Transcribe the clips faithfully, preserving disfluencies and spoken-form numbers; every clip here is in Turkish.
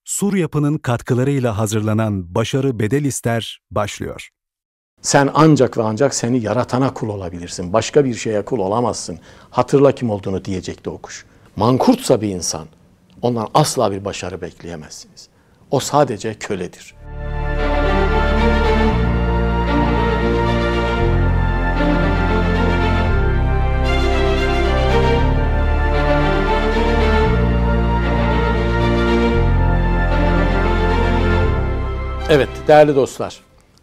Sur Yapı'nın katkılarıyla hazırlanan Başarı Bedel İster başlıyor. Sen ancak ve ancak seni yaratana kul olabilirsin. Başka bir şeye kul olamazsın. Hatırla kim olduğunu diyecekti o kuş. Mankurtsa bir insan, ondan asla bir başarı bekleyemezsiniz. O sadece köledir. Evet değerli dostlar,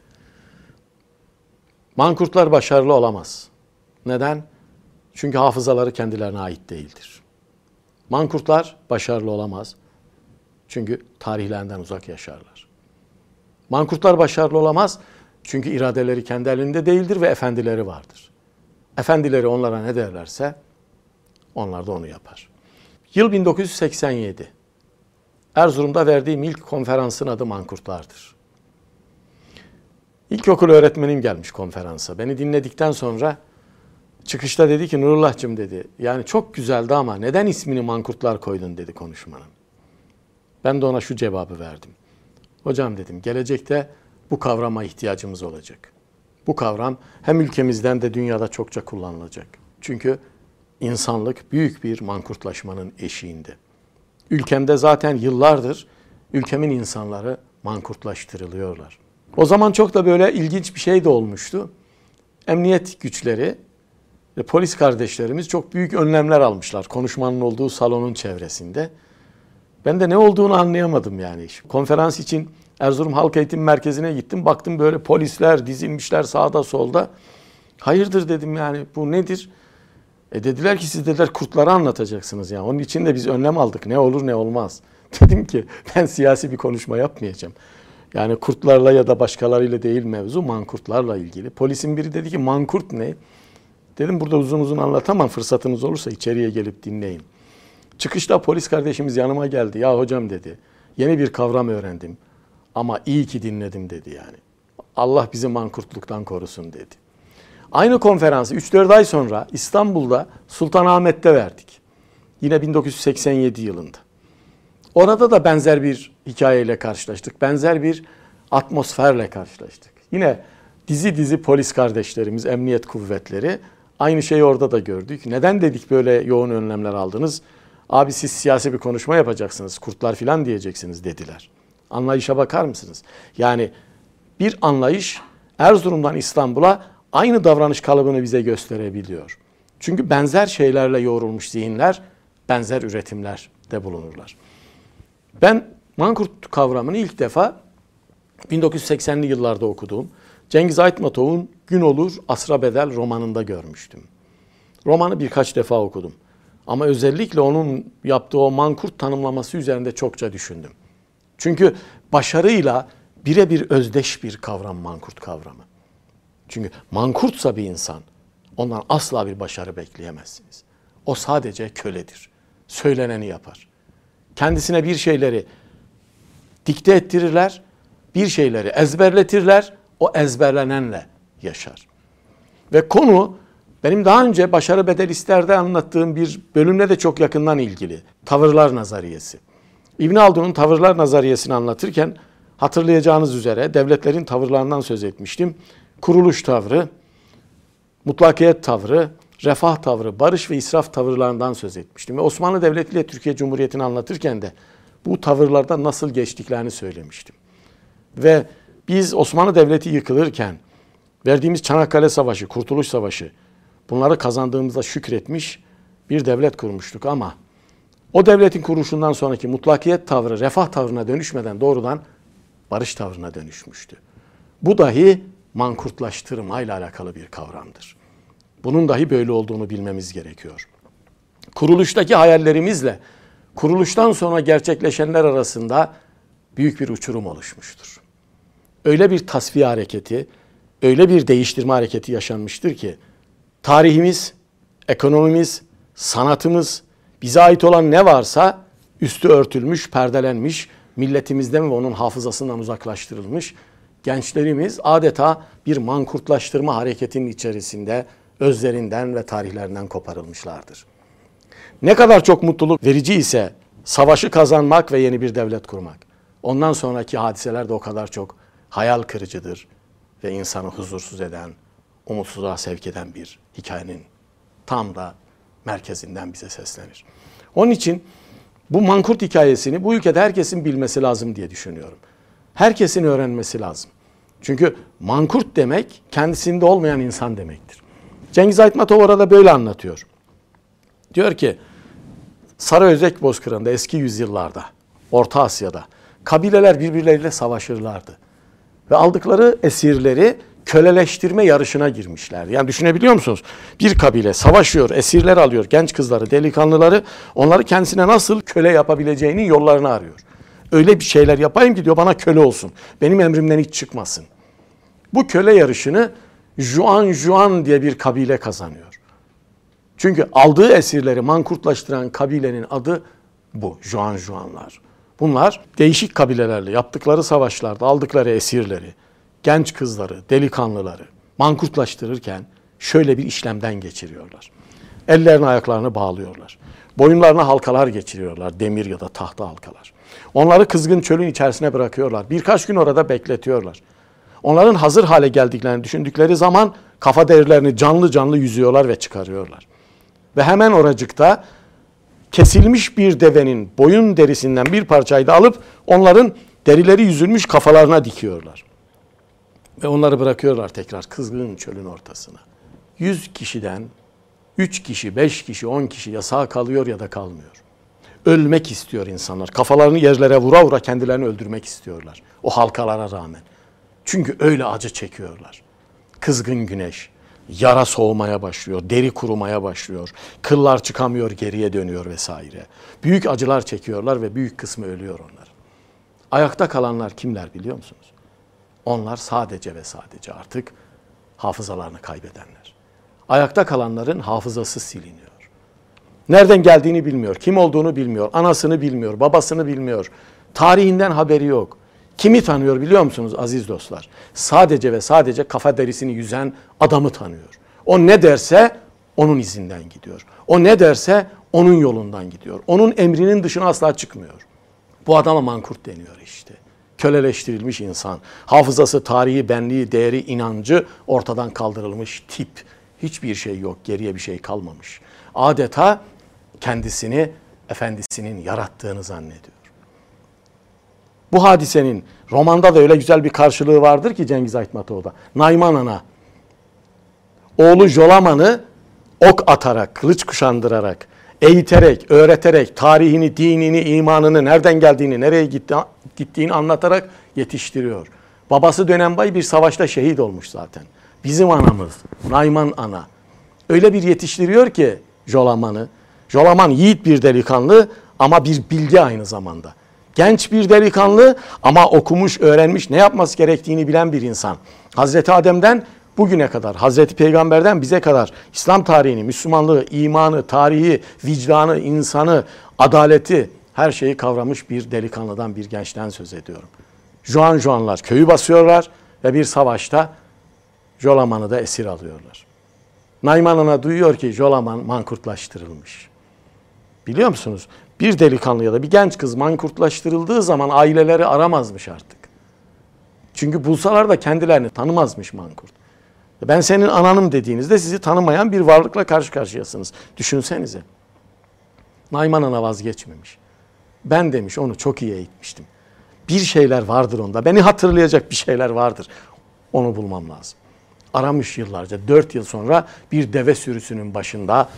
mankurtlar başarılı olamaz. Neden? Çünkü hafızaları kendilerine ait değildir. Mankurtlar başarılı olamaz. Çünkü tarihlerinden uzak yaşarlar. Mankurtlar başarılı olamaz. Çünkü iradeleri kendi elinde değildir ve efendileri vardır. Efendileri onlara ne derlerse onlar da onu yapar. Yıl bin dokuz yüz seksen yedi. Erzurum'da verdiğim ilk konferansın adı Mankurtlardır. İlkokul öğretmenim gelmiş konferansa. Beni dinledikten sonra çıkışta dedi ki Nurullah'cığım dedi, yani çok güzeldi ama neden ismini Mankurtlar koydun dedi konuşmanın. Ben de ona şu cevabı verdim. Hocam dedim, gelecekte bu kavrama ihtiyacımız olacak. Bu kavram hem ülkemizden de dünyada çokça kullanılacak. Çünkü insanlık büyük bir mankurtlaşmanın eşiğinde. Ülkemde zaten yıllardır ülkemin insanları mankurtlaştırılıyorlar. O zaman çok da böyle ilginç bir şey de olmuştu. Emniyet güçleri ve polis kardeşlerimiz çok büyük önlemler almışlar konuşmanın olduğu salonun çevresinde. Ben de ne olduğunu anlayamadım yani. Konferans için Erzurum Halk Eğitim Merkezi'ne gittim. Baktım böyle polisler dizilmişler sağda solda. Hayırdır dedim yani, bu nedir? E dediler ki siz dediler kurtları anlatacaksınız yani. Onun için de biz önlem aldık. Ne olur ne olmaz. Dedim ki ben siyasi bir konuşma yapmayacağım. Yani kurtlarla ya da başkalarıyla değil mevzu, mankurtlarla ilgili. Polisin biri dedi ki mankurt ne? Dedim burada uzun uzun anlatamam, fırsatınız olursa içeriye gelip dinleyin. Çıkışta polis kardeşimiz yanıma geldi. Ya hocam dedi, yeni bir kavram öğrendim ama iyi ki dinledim dedi yani. Allah bizi mankurtluktan korusun dedi. Aynı konferansı üç dört ay sonra İstanbul'da Sultanahmet'te verdik. Yine bin dokuz yüz seksen yedi yılında. Orada da benzer bir hikayeyle karşılaştık. Benzer bir atmosferle karşılaştık. Yine dizi dizi polis kardeşlerimiz, emniyet kuvvetleri, aynı şeyi orada da gördük. Neden dedik böyle yoğun önlemler aldınız? Abi siz siyasi bir konuşma yapacaksınız, kurtlar filan diyeceksiniz dediler. Anlayışa bakar mısınız? Yani bir anlayış Erzurum'dan İstanbul'a aynı davranış kalıbını bize gösterebiliyor. Çünkü benzer şeylerle yoğrulmuş zihinler, benzer üretimlerde bulunurlar. Ben mankurt kavramını ilk defa bin dokuz yüz seksenli yıllarda okuduğum Cengiz Aytmatov'un Gün Olur Asra Bedel romanında görmüştüm. Romanı birkaç defa okudum. Ama özellikle onun yaptığı o mankurt tanımlaması üzerinde çokça düşündüm. Çünkü başarıyla birebir özdeş bir kavram mankurt kavramı. Çünkü mankurtsa bir insan, ondan asla bir başarı bekleyemezsiniz. O sadece köledir. Söyleneni yapar. Kendisine bir şeyleri dikte ettirirler, bir şeyleri ezberletirler, o ezberlenenle yaşar. Ve konu benim daha önce Başarı Bedel İster'de anlattığım bir bölümle de çok yakından ilgili. Tavırlar nazariyesi. İbn Haldun'un tavırlar nazariyesini anlatırken hatırlayacağınız üzere devletlerin tavırlarından söz etmiştim. Kuruluş tavrı, mutlakiyet tavrı, refah tavrı, barış ve israf tavırlarından söz etmiştim. Ve Osmanlı Devleti ile Türkiye Cumhuriyeti'ni anlatırken de bu tavırlardan nasıl geçtiklerini söylemiştim. Ve biz Osmanlı Devleti yıkılırken verdiğimiz Çanakkale Savaşı, Kurtuluş Savaşı, bunları kazandığımızda şükretmiş bir devlet kurmuştuk ama o devletin kuruluşundan sonraki mutlakiyet tavrı, refah tavrına dönüşmeden doğrudan barış tavrına dönüşmüştü. Bu dahi mankurtlaştırmayla alakalı bir kavramdır. Bunun dahi böyle olduğunu bilmemiz gerekiyor. Kuruluştaki hayallerimizle kuruluştan sonra gerçekleşenler arasında büyük bir uçurum oluşmuştur. Öyle bir tasfiye hareketi, öyle bir değiştirme hareketi yaşanmıştır ki tarihimiz, ekonomimiz, sanatımız, bize ait olan ne varsa üstü örtülmüş, perdelenmiş, milletimizden ve onun hafızasından uzaklaştırılmış. Gençlerimiz adeta bir mankurtlaştırma hareketinin içerisinde özlerinden ve tarihlerinden koparılmışlardır. Ne kadar çok mutluluk verici ise savaşı kazanmak ve yeni bir devlet kurmak. Ondan sonraki hadiseler de o kadar çok hayal kırıcıdır ve insanı huzursuz eden, umutsuzluğa sevk eden bir hikayenin tam da merkezinden bize seslenir. Onun için bu mankurt hikayesini bu ülkede herkesin bilmesi lazım diye düşünüyorum. Herkesin öğrenmesi lazım. Çünkü mankurt demek kendisinde olmayan insan demektir. Cengiz Aytmatov orada böyle anlatıyor. Diyor ki Sarıözek Bozkırı'nda eski yüzyıllarda, Orta Asya'da kabileler birbirleriyle savaşırlardı. Ve aldıkları esirleri köleleştirme yarışına girmişler. Yani düşünebiliyor musunuz? Bir kabile savaşıyor, esirler alıyor, genç kızları, delikanlıları, onları kendisine nasıl köle yapabileceğinin yollarını arıyor. Öyle bir şeyler yapayım ki diyor bana köle olsun. Benim emrimden hiç çıkmasın. Bu köle yarışını Juan Juan diye bir kabile kazanıyor. Çünkü aldığı esirleri mankurtlaştıran kabilenin adı bu. Juan Juanlar. Bunlar değişik kabilelerle yaptıkları savaşlarda aldıkları esirleri, genç kızları, delikanlıları mankurtlaştırırken şöyle bir işlemden geçiriyorlar. Ellerini ayaklarını bağlıyorlar. Boyunlarına halkalar geçiriyorlar, demir ya da tahta halkalar. Onları kızgın çölün içerisine bırakıyorlar. Birkaç gün orada bekletiyorlar. Onların hazır hale geldiklerini düşündükleri zaman kafa derilerini canlı canlı yüzüyorlar ve çıkarıyorlar. Ve hemen oracıkta kesilmiş bir devenin boyun derisinden bir parçayı da alıp onların derileri yüzülmüş kafalarına dikiyorlar. Ve onları bırakıyorlar tekrar kızgın çölün ortasına. Yüz kişiden üç kişi, beş kişi, on kişi ya sağ kalıyor ya da kalmıyor. Ölmek istiyor insanlar. Kafalarını yerlere vura vura kendilerini öldürmek istiyorlar. O halkalara rağmen. Çünkü öyle acı çekiyorlar. Kızgın güneş, yara soğumaya başlıyor, deri kurumaya başlıyor, kıllar çıkamıyor, geriye dönüyor vesaire. Büyük acılar çekiyorlar ve büyük kısmı ölüyor onlar. Ayakta kalanlar kimler biliyor musunuz? Onlar sadece ve sadece artık hafızalarını kaybedenler. Ayakta kalanların hafızası siliniyor. Nereden geldiğini bilmiyor, kim olduğunu bilmiyor, anasını bilmiyor, babasını bilmiyor, tarihinden haberi yok. Kimi tanıyor biliyor musunuz aziz dostlar? Sadece ve sadece kafa derisini yüzen adamı tanıyor. O ne derse onun izinden gidiyor. O ne derse onun yolundan gidiyor. Onun emrinin dışına asla çıkmıyor. Bu adama mankurt deniyor işte. Köleleştirilmiş insan. Hafızası, tarihi, benliği, değeri, inancı ortadan kaldırılmış tip. Hiçbir şey yok, geriye bir şey kalmamış. Adeta kendisini efendisinin yarattığını zannediyor. Bu hadisenin romanda da öyle güzel bir karşılığı vardır ki Cengiz Aytmatov'da. Nayman Ana, oğlu Jolaman'ı ok atarak, kılıç kuşandırarak, eğiterek, öğreterek, tarihini, dinini, imanını, nereden geldiğini, nereye gittiğini anlatarak yetiştiriyor. Babası Dönenbay bir savaşta şehit olmuş zaten. Bizim anamız, Nayman Ana. Öyle bir yetiştiriyor ki Jolaman'ı. Jolaman yiğit bir delikanlı ama bir bilge aynı zamanda. Genç bir delikanlı ama okumuş, öğrenmiş, ne yapması gerektiğini bilen bir insan. Hazreti Adem'den bugüne kadar, Hazreti Peygamber'den bize kadar İslam tarihini, Müslümanlığı, imanı, tarihi, vicdanı, insanı, adaleti, her şeyi kavramış bir delikanlıdan, bir gençten söz ediyorum. Juan Juanlar köyü basıyorlar ve bir savaşta Jolaman'ı da esir alıyorlar. Nayman Ana duyuyor ki Jolaman mankurtlaştırılmış. Biliyor musunuz? Bir delikanlı ya da bir genç kız mankurtlaştırıldığı zaman aileleri aramazmış artık. Çünkü bulsalar da kendilerini tanımazmış mankurt. Ben senin ananım dediğinizde sizi tanımayan bir varlıkla karşı karşıyasınız. Düşünsenize. Nayman Ana vazgeçmemiş. Ben demiş onu çok iyi eğitmiştim. Bir şeyler vardır onda. Beni hatırlayacak bir şeyler vardır. Onu bulmam lazım. Aramış yıllarca. Dört yıl sonra bir deve sürüsünün başında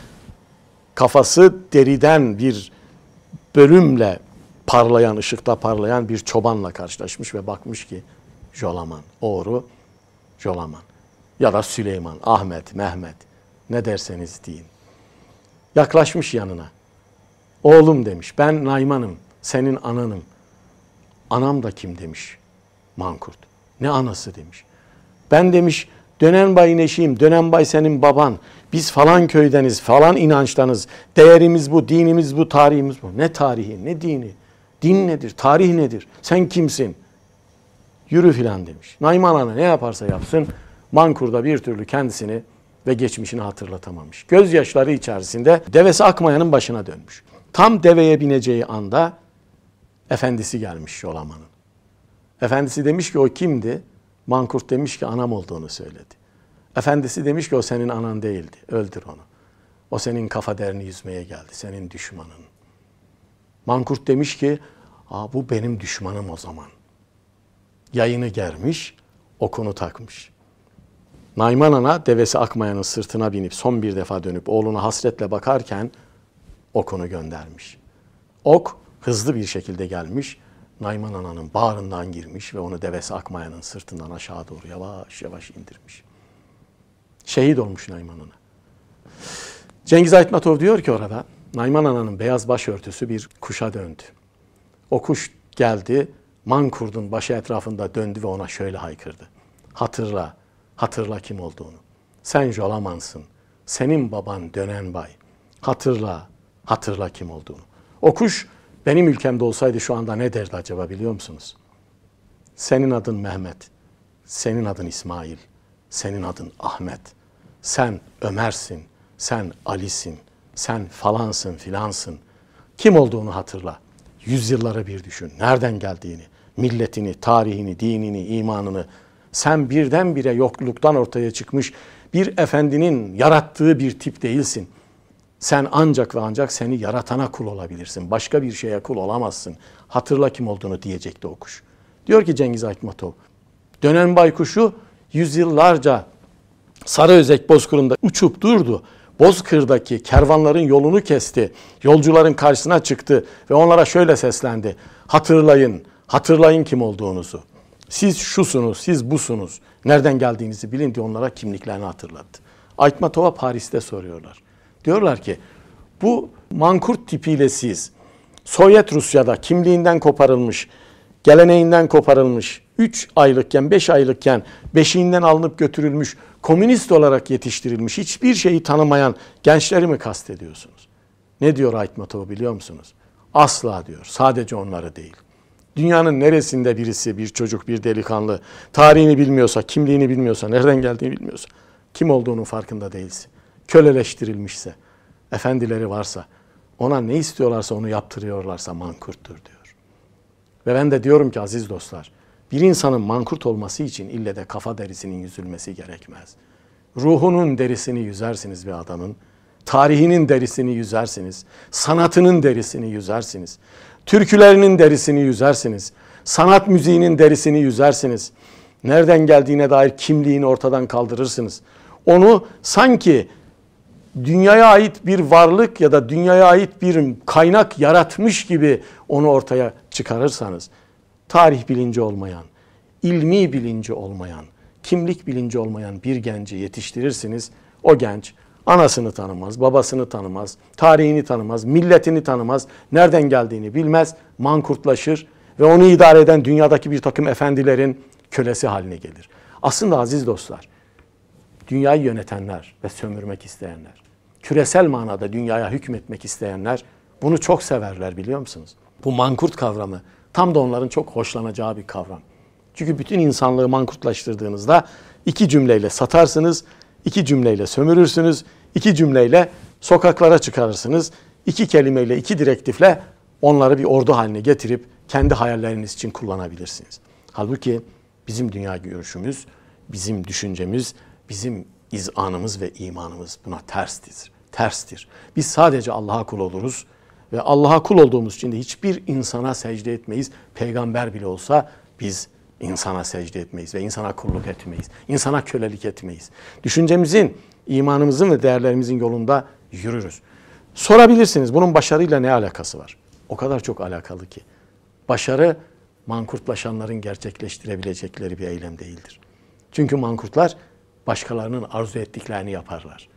kafası deriden bir bölümle parlayan, ışıkta parlayan bir çobanla karşılaşmış ve bakmış ki Jolaman, Oğru Jolaman ya da Süleyman, Ahmet, Mehmet ne derseniz deyin. Yaklaşmış yanına. Oğlum demiş, ben Nayman'ım, senin ananım. Anam da kim demiş mankurt. Ne anası demiş. Ben demiş Dönenbay'ın eşiyim, Dönenbay senin baban. Biz falan köydeniz, falan inançtanız. Değerimiz bu, dinimiz bu, tarihimiz bu. Ne tarihi, ne dini? Din nedir, tarih nedir? Sen kimsin? Yürü filan demiş. Nayman Ana ne yaparsa yapsın, mankurda bir türlü kendisini ve geçmişini hatırlatamamış. Gözyaşları içerisinde devesi Akmaya'nın başına dönmüş. Tam deveye bineceği anda efendisi gelmiş Jolaman'ın. Efendisi demiş ki o kimdi? Mankurt demiş ki anam olduğunu söyledi. Efendisi demiş ki o senin anan değildi. Öldür onu. O senin kafa derini yüzmeye geldi. Senin düşmanın. Mankurt demiş ki aa, bu benim düşmanım o zaman. Yayını germiş, okunu takmış. Nayman ana devesi Akmaya'nın sırtına binip son bir defa dönüp oğluna hasretle bakarken okunu göndermiş. Ok hızlı bir şekilde gelmiş. Nayman ananın bağrından girmiş ve onu devesi Akmaya'nın sırtından aşağı doğru yavaş yavaş indirmiş. Şehit olmuş Nayman ana. Cengiz Aytmatov diyor ki orada Nayman ananın beyaz başörtüsü bir kuşa döndü. O kuş geldi, Mankurt'un başı etrafında döndü ve ona şöyle haykırdı. Hatırla, hatırla kim olduğunu. Sen Jolamansın, senin baban Dönenbay. Hatırla, hatırla kim olduğunu. O kuş benim ülkemde olsaydı şu anda ne derdi acaba biliyor musunuz? Senin adın Mehmet, senin adın İsmail, senin adın Ahmet. Sen Ömer'sin, sen Ali'sin, sen falansın filansın. Kim olduğunu hatırla. Yüzyılları bir düşün. Nereden geldiğini, milletini, tarihini, dinini, imanını. Sen birdenbire yokluktan ortaya çıkmış bir efendinin yarattığı bir tip değilsin. Sen ancak ve ancak seni yaratana kul olabilirsin. Başka bir şeye kul olamazsın. Hatırla kim olduğunu diyecekti o kuş. Diyor ki Cengiz Aytmatov, Dönenbay kuşu yüzyıllarca Sarıözek Bozkırı'nda uçup durdu. Bozkır'daki kervanların yolunu kesti. Yolcuların karşısına çıktı ve onlara şöyle seslendi. Hatırlayın, hatırlayın kim olduğunuzu. Siz şusunuz, siz busunuz. Nereden geldiğinizi bilin diye onlara kimliklerini hatırlattı. Aytmatov'a Paris'te soruyorlar. Diyorlar ki bu Mankurt tipiyle siz Sovyet Rusya'da kimliğinden koparılmış, geleneğinden koparılmış, üç aylıkken, beş aylıkken beşiğinden alınıp götürülmüş, komünist olarak yetiştirilmiş, hiçbir şeyi tanımayan gençleri mi kastediyorsunuz? Ne diyor Aytmatov biliyor musunuz? Asla diyor, sadece onları değil. Dünyanın neresinde birisi, bir çocuk, bir delikanlı tarihini bilmiyorsa, kimliğini bilmiyorsa, nereden geldiğini bilmiyorsa, kim olduğunun farkında değilse, köleleştirilmişse, efendileri varsa, ona ne istiyorlarsa onu yaptırıyorlarsa mankurttur diyor. Ve ben de diyorum ki aziz dostlar, bir insanın mankurt olması için ille de kafa derisinin yüzülmesi gerekmez. Ruhunun derisini yüzersiniz bir adamın, tarihinin derisini yüzersiniz, sanatının derisini yüzersiniz, türkülerinin derisini yüzersiniz, sanat müziğinin derisini yüzersiniz. Nereden geldiğine dair kimliğini ortadan kaldırırsınız. Onu sanki dünyaya ait bir varlık ya da dünyaya ait bir kaynak yaratmış gibi onu ortaya çıkarırsanız, tarih bilinci olmayan, ilmi bilinci olmayan, kimlik bilinci olmayan bir genci yetiştirirsiniz. O genç anasını tanımaz, babasını tanımaz, tarihini tanımaz, milletini tanımaz, nereden geldiğini bilmez, mankurtlaşır ve onu idare eden dünyadaki bir takım efendilerin kölesi haline gelir. Aslında aziz dostlar, dünyayı yönetenler ve sömürmek isteyenler, küresel manada dünyaya hükmetmek isteyenler bunu çok severler biliyor musunuz? Bu mankurt kavramı tam da onların çok hoşlanacağı bir kavram. Çünkü bütün insanlığı mankurtlaştırdığınızda iki cümleyle satarsınız, iki cümleyle sömürürsünüz, iki cümleyle sokaklara çıkarırsınız, iki kelimeyle, iki direktifle onları bir ordu haline getirip kendi hayalleriniz için kullanabilirsiniz. Halbuki bizim dünya görüşümüz, bizim düşüncemiz, bizim izanımız ve imanımız buna terstir. Terstir. Biz sadece Allah'a kul oluruz ve Allah'a kul olduğumuz için de hiçbir insana secde etmeyiz. Peygamber bile olsa biz insana secde etmeyiz ve insana kulluk etmeyiz. İnsana kölelik etmeyiz. Düşüncemizin, imanımızın ve değerlerimizin yolunda yürürüz. Sorabilirsiniz bunun başarıyla ne alakası var? O kadar çok alakalı ki. Başarı mankurtlaşanların gerçekleştirebilecekleri bir eylem değildir. Çünkü mankurtlar başkalarının arzu ettiklerini yaparlar.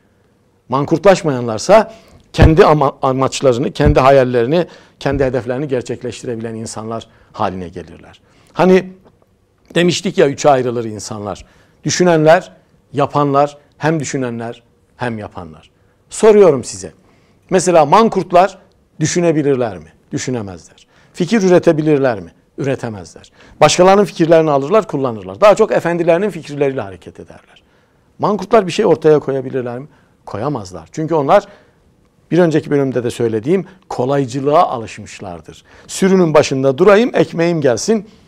Mankurtlaşmayanlarsa kendi ama amaçlarını, kendi hayallerini, kendi hedeflerini gerçekleştirebilen insanlar haline gelirler. Hani demiştik ya üçe ayrılır insanlar. Düşünenler, yapanlar, hem düşünenler hem yapanlar. Soruyorum size. Mesela mankurtlar düşünebilirler mi? Düşünemezler. Fikir üretebilirler mi? Üretemezler. Başkalarının fikirlerini alırlar, kullanırlar. Daha çok efendilerinin fikirleriyle hareket ederler. Mankurtlar bir şey ortaya koyabilirler mi? Koyamazlar. Çünkü onlar bir önceki bölümde de söylediğim kolaycılığa alışmışlardır. Sürünün başında durayım, ekmeğim gelsin.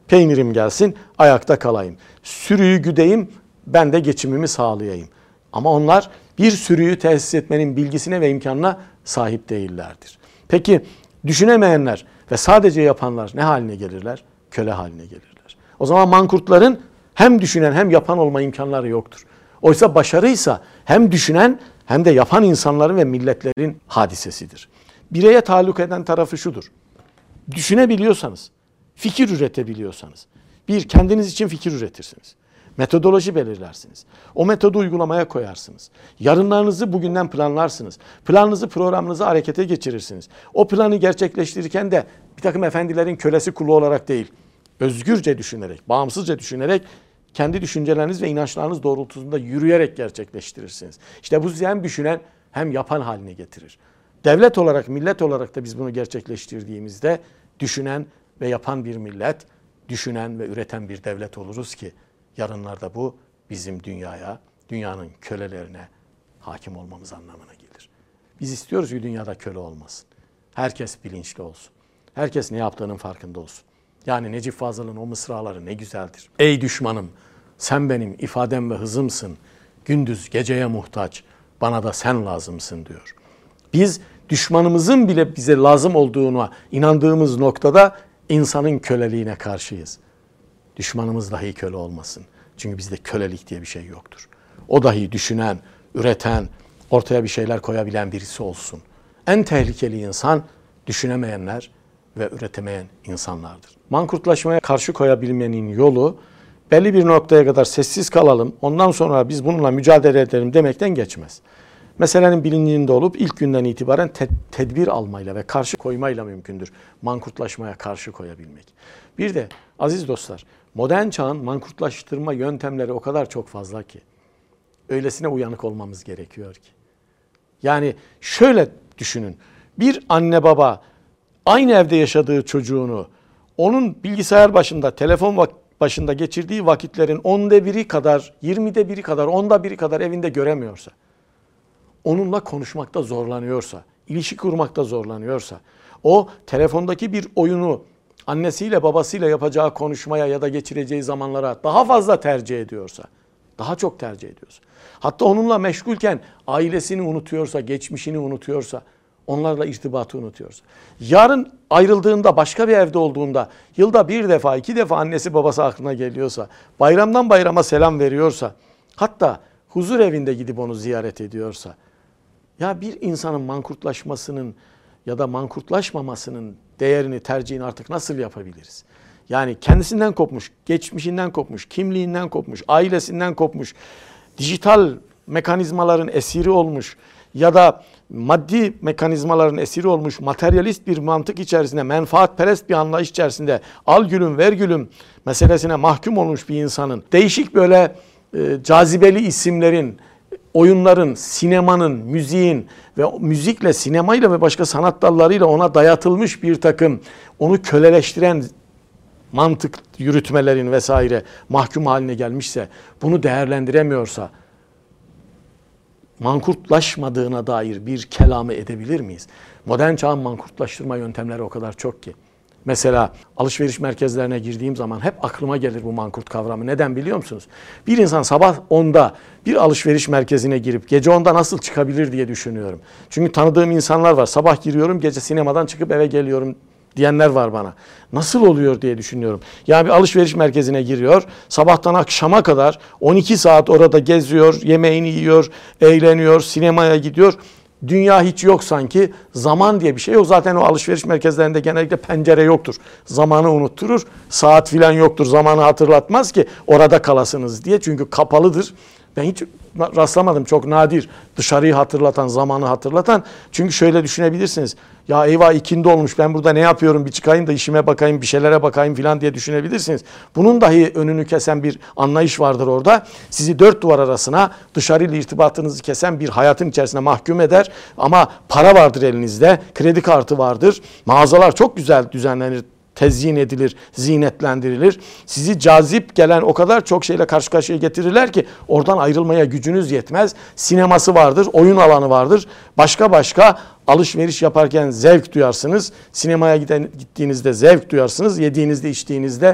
Peynirim gelsin, ayakta kalayım. Sürüyü güdeyim, ben de geçimimi sağlayayım. Ama onlar bir sürüyü tesis etmenin bilgisine ve imkanına sahip değillerdir. Peki düşünemeyenler ve sadece yapanlar ne haline gelirler? Köle haline gelirler. O zaman mankurtların hem düşünen hem yapan olma imkanları yoktur. Oysa başarıysa hem düşünen hem de yapan insanların ve milletlerin hadisesidir. Bireye taalluk eden tarafı şudur. Düşünebiliyorsanız, fikir üretebiliyorsanız, bir, kendiniz için fikir üretirsiniz. Metodoloji belirlersiniz. O metodu uygulamaya koyarsınız. Yarınlarınızı bugünden planlarsınız. Planınızı, programınızı harekete geçirirsiniz. O planı gerçekleştirirken de bir takım efendilerin kölesi kulu olarak değil, özgürce düşünerek, bağımsızca düşünerek, kendi düşünceleriniz ve inançlarınız doğrultusunda yürüyerek gerçekleştirirsiniz. İşte bu sizi hem düşünen hem yapan haline getirir. Devlet olarak, millet olarak da biz bunu gerçekleştirdiğimizde düşünen ve yapan bir millet, düşünen ve üreten bir devlet oluruz ki yarınlarda bu bizim dünyaya, dünyanın kölelerine hakim olmamız anlamına gelir. Biz istiyoruz ki dünyada köle olmasın. Herkes bilinçli olsun. Herkes ne yaptığının farkında olsun. Yani Necip Fazıl'ın o mısraları ne güzeldir. Ey düşmanım, sen benim ifadem ve hızımsın. Gündüz geceye muhtaç, bana da sen lazımsın diyor. Biz düşmanımızın bile bize lazım olduğuna inandığımız noktada insanın köleliğine karşıyız. Düşmanımız dahi köle olmasın. Çünkü bizde kölelik diye bir şey yoktur. O dahi düşünen, üreten, ortaya bir şeyler koyabilen birisi olsun. En tehlikeli insan düşünemeyenler ve üretemeyen insanlardır. Mankurtlaşmaya karşı koyabilmenin yolu belli bir noktaya kadar sessiz kalalım, ondan sonra biz bununla mücadele edelim demekten geçmez. Meselenin bilincinde olup ilk günden itibaren te- tedbir almayla ve karşı koymayla mümkündür mankurtlaşmaya karşı koyabilmek. Bir de aziz dostlar, modern çağın mankurtlaştırma yöntemleri o kadar çok fazla ki öylesine uyanık olmamız gerekiyor ki. Yani şöyle düşünün, bir anne baba aynı evde yaşadığı çocuğunu onun bilgisayar başında, telefon başında geçirdiği vakitlerin onda biri kadar, yirmide biri kadar, onda biri kadar evinde göremiyorsa, onunla konuşmakta zorlanıyorsa, ilişki kurmakta zorlanıyorsa, o telefondaki bir oyunu annesiyle babasıyla yapacağı konuşmaya ya da geçireceği zamanlara daha fazla tercih ediyorsa, daha çok tercih ediyorsa, hatta onunla meşgulken ailesini unutuyorsa, geçmişini unutuyorsa, onlarla irtibatı unutuyorsa, yarın ayrıldığında, başka bir evde olduğunda, yılda bir defa, iki defa annesi babası aklına geliyorsa, bayramdan bayrama selam veriyorsa, hatta huzur evinde gidip onu ziyaret ediyorsa, ya bir insanın mankurtlaşmasının ya da mankurtlaşmamasının değerini, tercihini artık nasıl yapabiliriz? Yani kendisinden kopmuş, geçmişinden kopmuş, kimliğinden kopmuş, ailesinden kopmuş, dijital mekanizmaların esiri olmuş ya da maddi mekanizmaların esiri olmuş, materyalist bir mantık içerisinde, menfaatperest bir anlayış içerisinde al gülüm ver gülüm meselesine mahkum olmuş bir insanın değişik böyle e, cazibeli isimlerin, oyunların, sinemanın, müziğin ve müzikle, sinemayla ve başka sanat dallarıyla ona dayatılmış bir takım onu köleleştiren mantık yürütmelerin vesaire mahkum haline gelmişse, bunu değerlendiremiyorsa, mankurtlaşmadığına dair bir kelamı edebilir miyiz? Modern çağın mankurtlaştırma yöntemleri o kadar çok ki. Mesela alışveriş merkezlerine girdiğim zaman hep aklıma gelir bu mankurt kavramı. Neden biliyor musunuz? Bir insan sabah onda bir alışveriş merkezine girip gece onda nasıl çıkabilir diye düşünüyorum. Çünkü tanıdığım insanlar var. Sabah giriyorum, gece sinemadan çıkıp eve geliyorum diyenler var bana. Nasıl oluyor diye düşünüyorum. Yani bir alışveriş merkezine giriyor, sabahtan akşama kadar on iki saat orada geziyor, yemeğini yiyor, eğleniyor, sinemaya gidiyor. Dünya hiç yok sanki. Zaman diye bir şey yok. Zaten o alışveriş merkezlerinde genellikle pencere yoktur. Zamanı unutturur. Saat filan yoktur. Zamanı hatırlatmaz ki orada kalasınız diye. Çünkü kapalıdır. Ben hiç rastlamadım. Çok nadir dışarıyı hatırlatan, zamanı hatırlatan. Çünkü şöyle düşünebilirsiniz. Ya eyvah ikindi olmuş, ben burada ne yapıyorum, bir çıkayım da işime bakayım, bir şeylere bakayım filan diye düşünebilirsiniz. Bunun dahi önünü kesen bir anlayış vardır orada. Sizi dört duvar arasına, dışarıyla irtibatınızı kesen bir hayatın içerisine mahkum eder. Ama para vardır elinizde, kredi kartı vardır, mağazalar çok güzel düzenlenir, tezyin edilir, zinetlendirilir. Sizi cazip gelen o kadar çok şeyle karşı karşıya getirirler ki oradan ayrılmaya gücünüz yetmez. Sineması vardır, oyun alanı vardır. Başka başka alışveriş yaparken zevk duyarsınız. Sinemaya giden, gittiğinizde zevk duyarsınız. Yediğinizde, içtiğinizde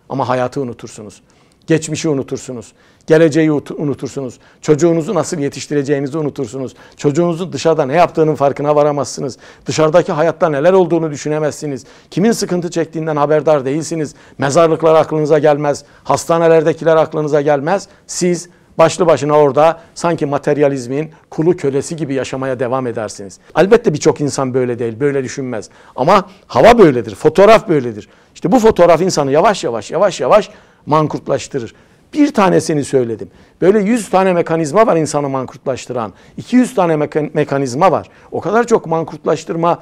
Ama hayatı unutursunuz. Geçmişi unutursunuz. Geleceği unutursunuz. Çocuğunuzu nasıl yetiştireceğinizi unutursunuz. Çocuğunuzun dışarıda ne yaptığının farkına varamazsınız. Dışarıdaki hayatta neler olduğunu düşünemezsiniz. Kimin sıkıntı çektiğinden haberdar değilsiniz. Mezarlıklar aklınıza gelmez. Hastanelerdekiler aklınıza gelmez. Siz başlı başına orada sanki materyalizmin kulu kölesi gibi yaşamaya devam edersiniz. Elbette birçok insan böyle değil, böyle düşünmez. Ama hava böyledir, fotoğraf böyledir. İşte bu fotoğraf insanı yavaş yavaş, yavaş yavaş mankurtlaştırır. Bir tanesini söyledim. Böyle yüz tane mekanizma var insanı mankurtlaştıran. iki yüz tane meka- mekanizma var. O kadar çok mankurtlaştırma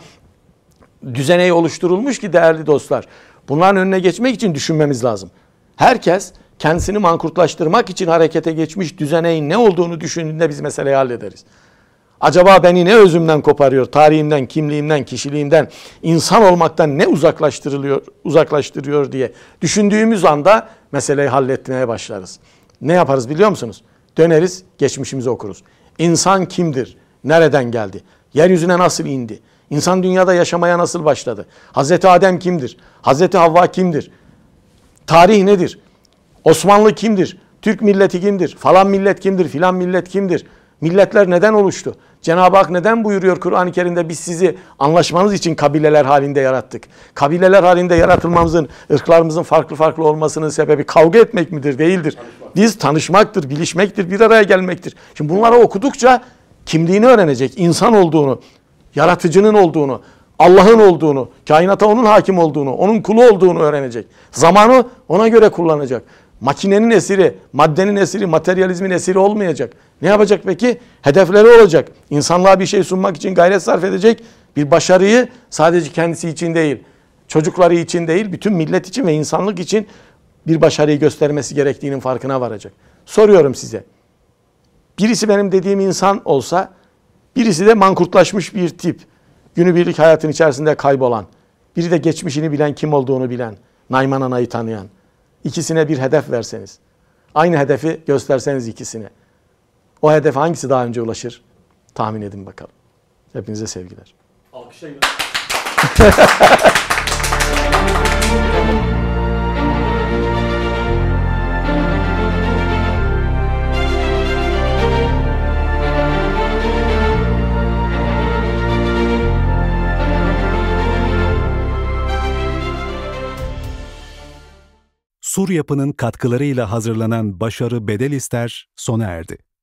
düzeneği oluşturulmuş ki değerli dostlar. Bunların önüne geçmek için düşünmemiz lazım. Herkes kendisini mankurtlaştırmak için harekete geçmiş düzeneğin ne olduğunu düşündüğünde biz meseleyi hallederiz. Acaba beni ne özümden koparıyor, tarihimden, kimliğimden, kişiliğimden, insan olmaktan ne uzaklaştırılıyor, uzaklaştırıyor diye düşündüğümüz anda meseleyi halletmeye başlarız. Ne yaparız biliyor musunuz? Döneriz, geçmişimizi okuruz. İnsan kimdir? Nereden geldi? Yeryüzüne nasıl indi? İnsan dünyada yaşamaya nasıl başladı? Hazreti Adem kimdir? Hazreti Havva kimdir? Tarih nedir? Osmanlı kimdir? Türk milleti kimdir? Falan millet kimdir? Filan millet kimdir? Milletler neden oluştu? Cenab-ı Hak neden buyuruyor Kur'an-ı Kerim'de biz sizi anlaşmanız için kabileler halinde yarattık? Kabileler halinde yaratılmamızın, ırklarımızın farklı farklı olmasının sebebi kavga etmek midir? Değildir. Biz tanışmaktır, bilişmektir, bir araya gelmektir. Şimdi bunları okudukça kimliğini öğrenecek, insan olduğunu, yaratıcının olduğunu, Allah'ın olduğunu, kainata onun hakim olduğunu, onun kulu olduğunu öğrenecek. Zamanı ona göre kullanacak. Makinenin esiri, maddenin esiri, materyalizmin esiri olmayacak. Ne yapacak peki? Hedefleri olacak. İnsanlığa bir şey sunmak için gayret sarf edecek. Bir başarıyı sadece kendisi için değil, çocukları için değil, bütün millet için ve insanlık için bir başarıyı göstermesi gerektiğinin farkına varacak. Soruyorum size. Birisi benim dediğim insan olsa, birisi de mankurtlaşmış bir tip. Günübirlik hayatın içerisinde kaybolan, biri de geçmişini bilen, kim olduğunu bilen, Nayman Ana'yı tanıyan. İkisine bir hedef verseniz, aynı hedefi gösterseniz ikisine, o hedefe hangisi daha önce ulaşır? Tahmin edin bakalım. Hepinize sevgiler. Alkışa Sur Yapı'nın katkılarıyla hazırlanan Başarı Bedel İster sona erdi.